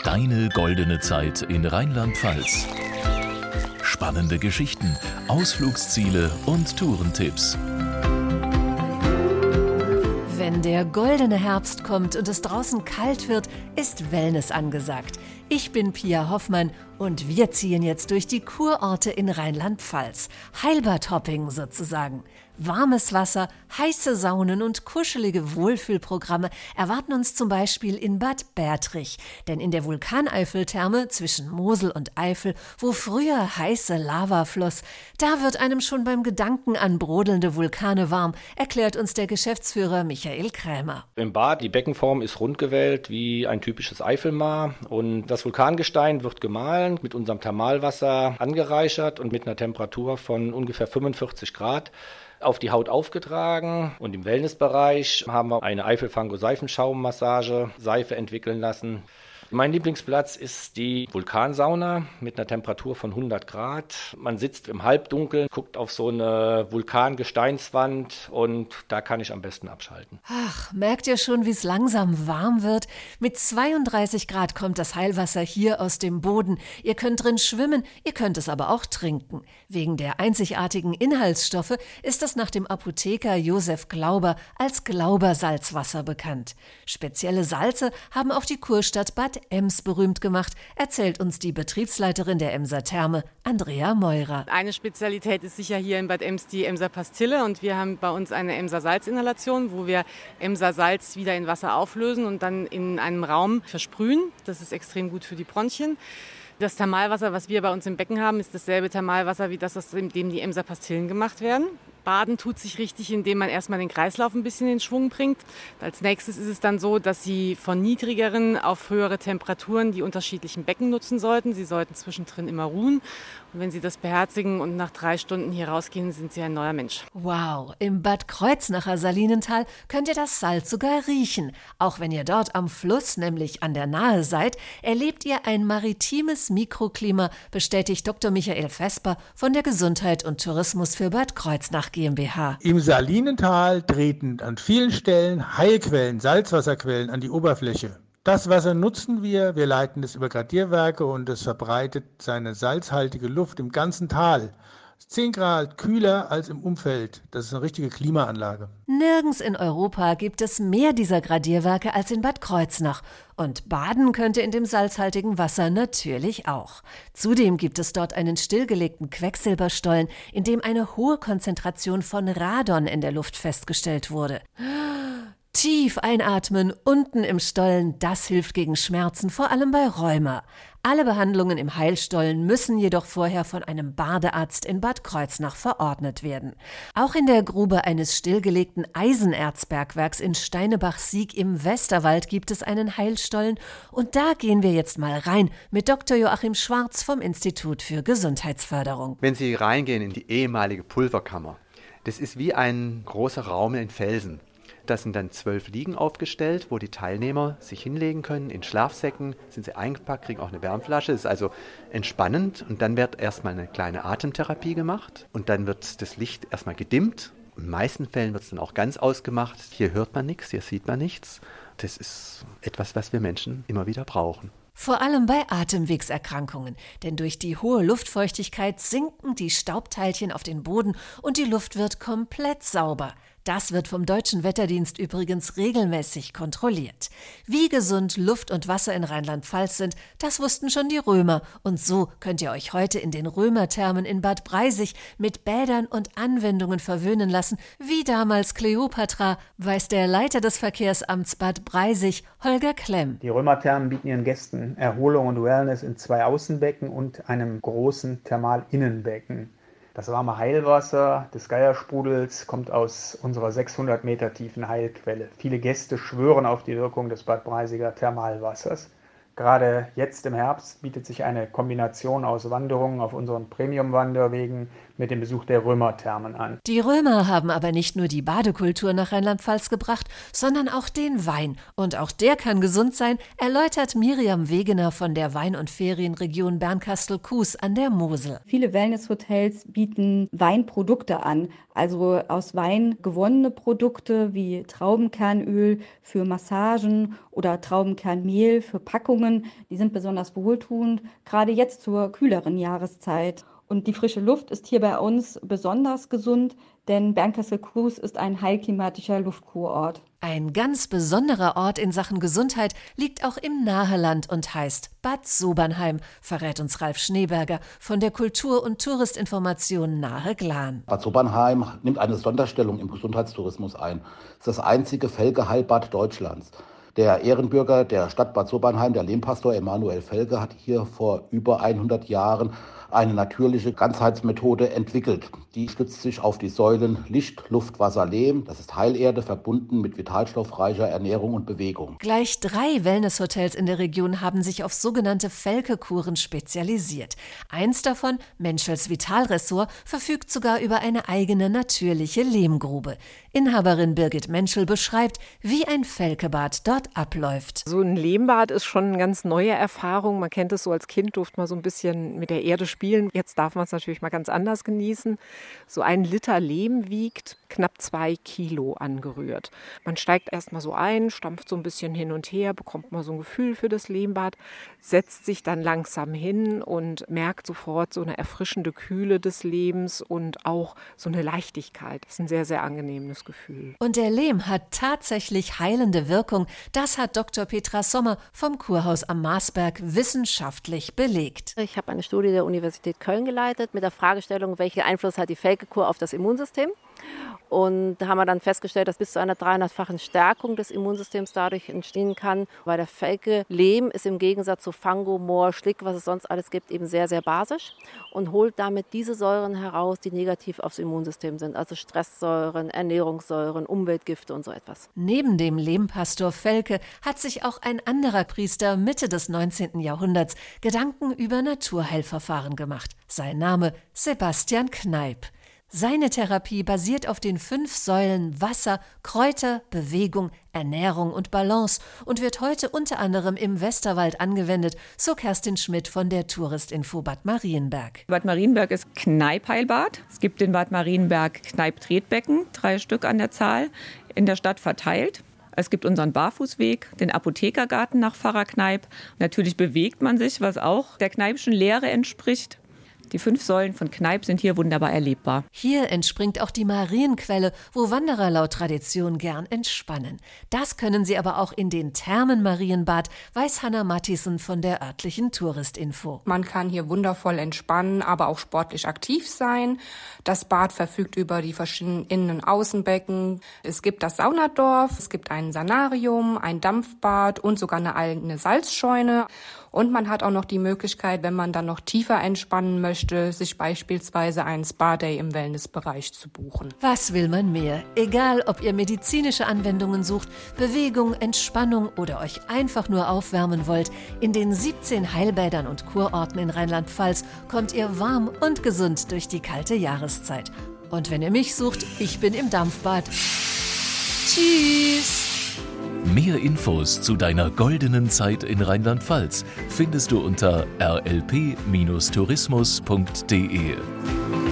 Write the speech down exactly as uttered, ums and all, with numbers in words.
Deine goldene Zeit in Rheinland-Pfalz. Spannende Geschichten, Ausflugsziele und Tourentipps. Wenn der goldene Herbst kommt und es draußen kalt wird, ist Wellness angesagt. Ich bin Pia Hoffmann und wir ziehen jetzt durch die Kurorte in Rheinland-Pfalz. Heilbad-Hopping sozusagen. Warmes Wasser, heiße Saunen und kuschelige Wohlfühlprogramme erwarten uns zum Beispiel in Bad Bertrich. Denn in der Vulkaneifeltherme zwischen Mosel und Eifel, wo früher heiße Lava floss, da wird einem schon beim Gedanken an brodelnde Vulkane warm, erklärt uns der Geschäftsführer Michael Krämer. Im Bad, die Beckenform ist rund gewellt wie ein typisches Eifelmar und das Vulkangestein wird gemahlen, mit unserem Thermalwasser angereichert und mit einer Temperatur von ungefähr fünfundvierzig Grad auf die Haut aufgetragen. Und im Wellnessbereich haben wir eine Eifelfango-Seifenschaummassage, Seife entwickeln lassen. Mein Lieblingsplatz ist die Vulkansauna mit einer Temperatur von hundert Grad. Man sitzt im Halbdunkeln, guckt auf so eine Vulkangesteinswand und da kann ich am besten abschalten. Ach, merkt ihr schon, wie es langsam warm wird? Mit zweiunddreißig Grad kommt das Heilwasser hier aus dem Boden. Ihr könnt drin schwimmen, ihr könnt es aber auch trinken. Wegen der einzigartigen Inhaltsstoffe ist es nach dem Apotheker Josef Glauber als Glauber-Salzwasser bekannt. Spezielle Salze haben auch die Kurstadt Bad Ems berühmt gemacht, erzählt uns die Betriebsleiterin der Emser Therme, Andrea Meurer. Eine Spezialität ist sicher hier in Bad Ems die Emser Pastille und wir haben bei uns eine Emser Salzinhalation, wo wir Emser Salz wieder in Wasser auflösen und dann in einem Raum versprühen. Das ist extrem gut für die Bronchien. Das Thermalwasser, was wir bei uns im Becken haben, ist dasselbe Thermalwasser wie das, aus dem die Emser Pastillen gemacht werden. Baden tut sich richtig, indem man erstmal den Kreislauf ein bisschen in Schwung bringt. Als nächstes ist es dann so, dass Sie von niedrigeren auf höhere Temperaturen die unterschiedlichen Becken nutzen sollten. Sie sollten zwischendrin immer ruhen. Und wenn Sie das beherzigen und nach drei Stunden hier rausgehen, sind Sie ein neuer Mensch. Wow, im Bad Kreuznacher Salinental könnt ihr das Salz sogar riechen. Auch wenn ihr dort am Fluss, nämlich an der Nahe seid, erlebt ihr ein maritimes Mikroklima, bestätigt Doktor Michael Vesper von der Gesundheit und Tourismus für Bad Kreuznach GmbH. Im Salinental treten an vielen Stellen Heilquellen, Salzwasserquellen an die Oberfläche. Das Wasser nutzen wir, wir leiten es über Gradierwerke und es verbreitet seine salzhaltige Luft im ganzen Tal. zehn Grad kühler als im Umfeld. Das ist eine richtige Klimaanlage. Nirgends in Europa gibt es mehr dieser Gradierwerke als in Bad Kreuznach. Und baden könnt ihr in dem salzhaltigen Wasser natürlich auch. Zudem gibt es dort einen stillgelegten Quecksilberstollen, in dem eine hohe Konzentration von Radon in der Luft festgestellt wurde. Tief einatmen, unten im Stollen, das hilft gegen Schmerzen, vor allem bei Rheuma. Alle Behandlungen im Heilstollen müssen jedoch vorher von einem Badearzt in Bad Kreuznach verordnet werden. Auch in der Grube eines stillgelegten Eisenerzbergwerks in Steinebach-Sieg im Westerwald gibt es einen Heilstollen und da gehen wir jetzt mal rein mit Doktor Joachim Schwarz vom Institut für Gesundheitsförderung. Wenn Sie reingehen in die ehemalige Pulverkammer, das ist wie ein großer Raum in Felsen. Da sind dann zwölf Liegen aufgestellt, wo die Teilnehmer sich hinlegen können. In Schlafsäcken sind sie eingepackt, kriegen auch eine Wärmflasche. Das ist also entspannend. Und dann wird erstmal eine kleine Atemtherapie gemacht. Und dann wird das Licht erstmal gedimmt. In den meisten Fällen wird es dann auch ganz ausgemacht. Hier hört man nichts, hier sieht man nichts. Das ist etwas, was wir Menschen immer wieder brauchen. Vor allem bei Atemwegserkrankungen, denn durch die hohe Luftfeuchtigkeit sinken die Staubteilchen auf den Boden und die Luft wird komplett sauber. Das wird vom Deutschen Wetterdienst übrigens regelmäßig kontrolliert. Wie gesund Luft und Wasser in Rheinland-Pfalz sind, das wussten schon die Römer. Und so könnt ihr euch heute in den Römerthermen in Bad Breisig mit Bädern und Anwendungen verwöhnen lassen, wie damals Kleopatra, weiß der Leiter des Verkehrsamts Bad Breisig, Holger Klemm. Die Römerthermen bieten ihren Gästen Erholung und Wellness in zwei Außenbecken und einem großen Thermalinnenbecken. Das warme Heilwasser des Geiersprudels kommt aus unserer sechshundert Meter tiefen Heilquelle. Viele Gäste schwören auf die Wirkung des Bad Breisiger Thermalwassers. Gerade jetzt im Herbst bietet sich eine Kombination aus Wanderungen auf unseren Premium-Wanderwegen mit dem Besuch der Römerthermen an. Die Römer haben aber nicht nur die Badekultur nach Rheinland-Pfalz gebracht, sondern auch den Wein. Und auch der kann gesund sein, erläutert Miriam Wegener von der Wein- und Ferienregion Bernkastel-Kues an der Mosel. Viele Wellnesshotels bieten Weinprodukte an, also aus Wein gewonnene Produkte wie Traubenkernöl für Massagen oder Traubenkernmehl für Packungen, die sind besonders wohltuend, gerade jetzt zur kühleren Jahreszeit. Und die frische Luft ist hier bei uns besonders gesund, denn Bernkastel-Kues ist ein heilklimatischer Luftkurort. Ein ganz besonderer Ort in Sachen Gesundheit liegt auch im Naheland und heißt Bad Sobernheim, verrät uns Ralf Schneeberger von der Kultur- und Touristinformation Nahe Glan. Bad Sobernheim nimmt eine Sonderstellung im Gesundheitstourismus ein. Es ist das einzige Felge-Heilbad Deutschlands. Der Ehrenbürger der Stadt Bad Sobernheim, der Lehmpastor Emanuel Felge, hat hier vor über hundert Jahren eine natürliche Ganzheitsmethode entwickelt. Die stützt sich auf die Säulen Licht, Luft, Wasser, Lehm. Das ist Heilerde verbunden mit vitalstoffreicher Ernährung und Bewegung. Gleich drei Wellnesshotels in der Region haben sich auf sogenannte Felke-Kuren spezialisiert. Eins davon, Menschels Vitalressort, verfügt sogar über eine eigene natürliche Lehmgrube. Inhaberin Birgit Menschel beschreibt, wie ein Felkebad dort abläuft. So ein Lehmbad ist schon eine ganz neue Erfahrung. Man kennt es so als Kind, durfte man so ein bisschen mit der Erde spielen. Jetzt darf man es natürlich mal ganz anders genießen. So ein Liter Lehm wiegt knapp zwei Kilo angerührt. Man steigt erst mal so ein, stampft so ein bisschen hin und her, bekommt mal so ein Gefühl für das Lehmbad, setzt sich dann langsam hin und merkt sofort so eine erfrischende Kühle des Lehms und auch so eine Leichtigkeit. Das ist ein sehr, sehr angenehmes Gefühl. Und der Lehm hat tatsächlich heilende Wirkung. Das hat Doktor Petra Sommer vom Kurhaus am Marsberg wissenschaftlich belegt. Ich habe eine Studie der Universität Köln geleitet mit der Fragestellung, welchen Einfluss hat die Felke-Kur auf das Immunsystem. Und da haben wir dann festgestellt, dass bis zu einer dreihundertfachen Stärkung des Immunsystems dadurch entstehen kann. Weil der Felke-Lehm ist im Gegensatz zu Fango, Moor, Schlick, was es sonst alles gibt, eben sehr, sehr basisch und holt damit diese Säuren heraus, die negativ aufs Immunsystem sind. Also Stresssäuren, Ernährungssäuren, Umweltgifte und so etwas. Neben dem Lehmpastor Felke hat sich auch ein anderer Priester Mitte des neunzehnten Jahrhunderts Gedanken über Naturheilverfahren gemacht. Sein Name Sebastian Kneipp. Seine Therapie basiert auf den fünf Säulen Wasser, Kräuter, Bewegung, Ernährung und Balance und wird heute unter anderem im Westerwald angewendet, so Kerstin Schmidt von der Touristinfo Bad Marienberg. Bad Marienberg ist Kneipp-Heilbad. Es gibt in Bad Marienberg Kneipp-Tretbecken, drei Stück an der Zahl, in der Stadt verteilt. Es gibt unseren Barfußweg, den Apothekergarten nach Pfarrer Kneipp. Natürlich bewegt man sich, was auch der Kneippschen Lehre entspricht. Die fünf Säulen von Kneipp sind hier wunderbar erlebbar. Hier entspringt auch die Marienquelle, wo Wanderer laut Tradition gern entspannen. Das können sie aber auch in den Thermen Marienbad, weiß Hanna Matthiesen von der örtlichen Touristinfo. Man kann hier wundervoll entspannen, aber auch sportlich aktiv sein. Das Bad verfügt über die verschiedenen Innen- und Außenbecken. Es gibt das Saunadorf, es gibt ein Sanarium, ein Dampfbad und sogar eine eigene Salzscheune. Und man hat auch noch die Möglichkeit, wenn man dann noch tiefer entspannen möchte, sich beispielsweise einen Spa-Day im Wellnessbereich zu buchen. Was will man mehr? Egal, ob ihr medizinische Anwendungen sucht, Bewegung, Entspannung oder euch einfach nur aufwärmen wollt, in den siebzehn Heilbädern und Kurorten in Rheinland-Pfalz kommt ihr warm und gesund durch die kalte Jahreszeit. Und wenn ihr mich sucht, ich bin im Dampfbad. Tschüss! Mehr Infos zu deiner goldenen Zeit in Rheinland-Pfalz findest du unter r l p Bindestrich tourismus punkt d e.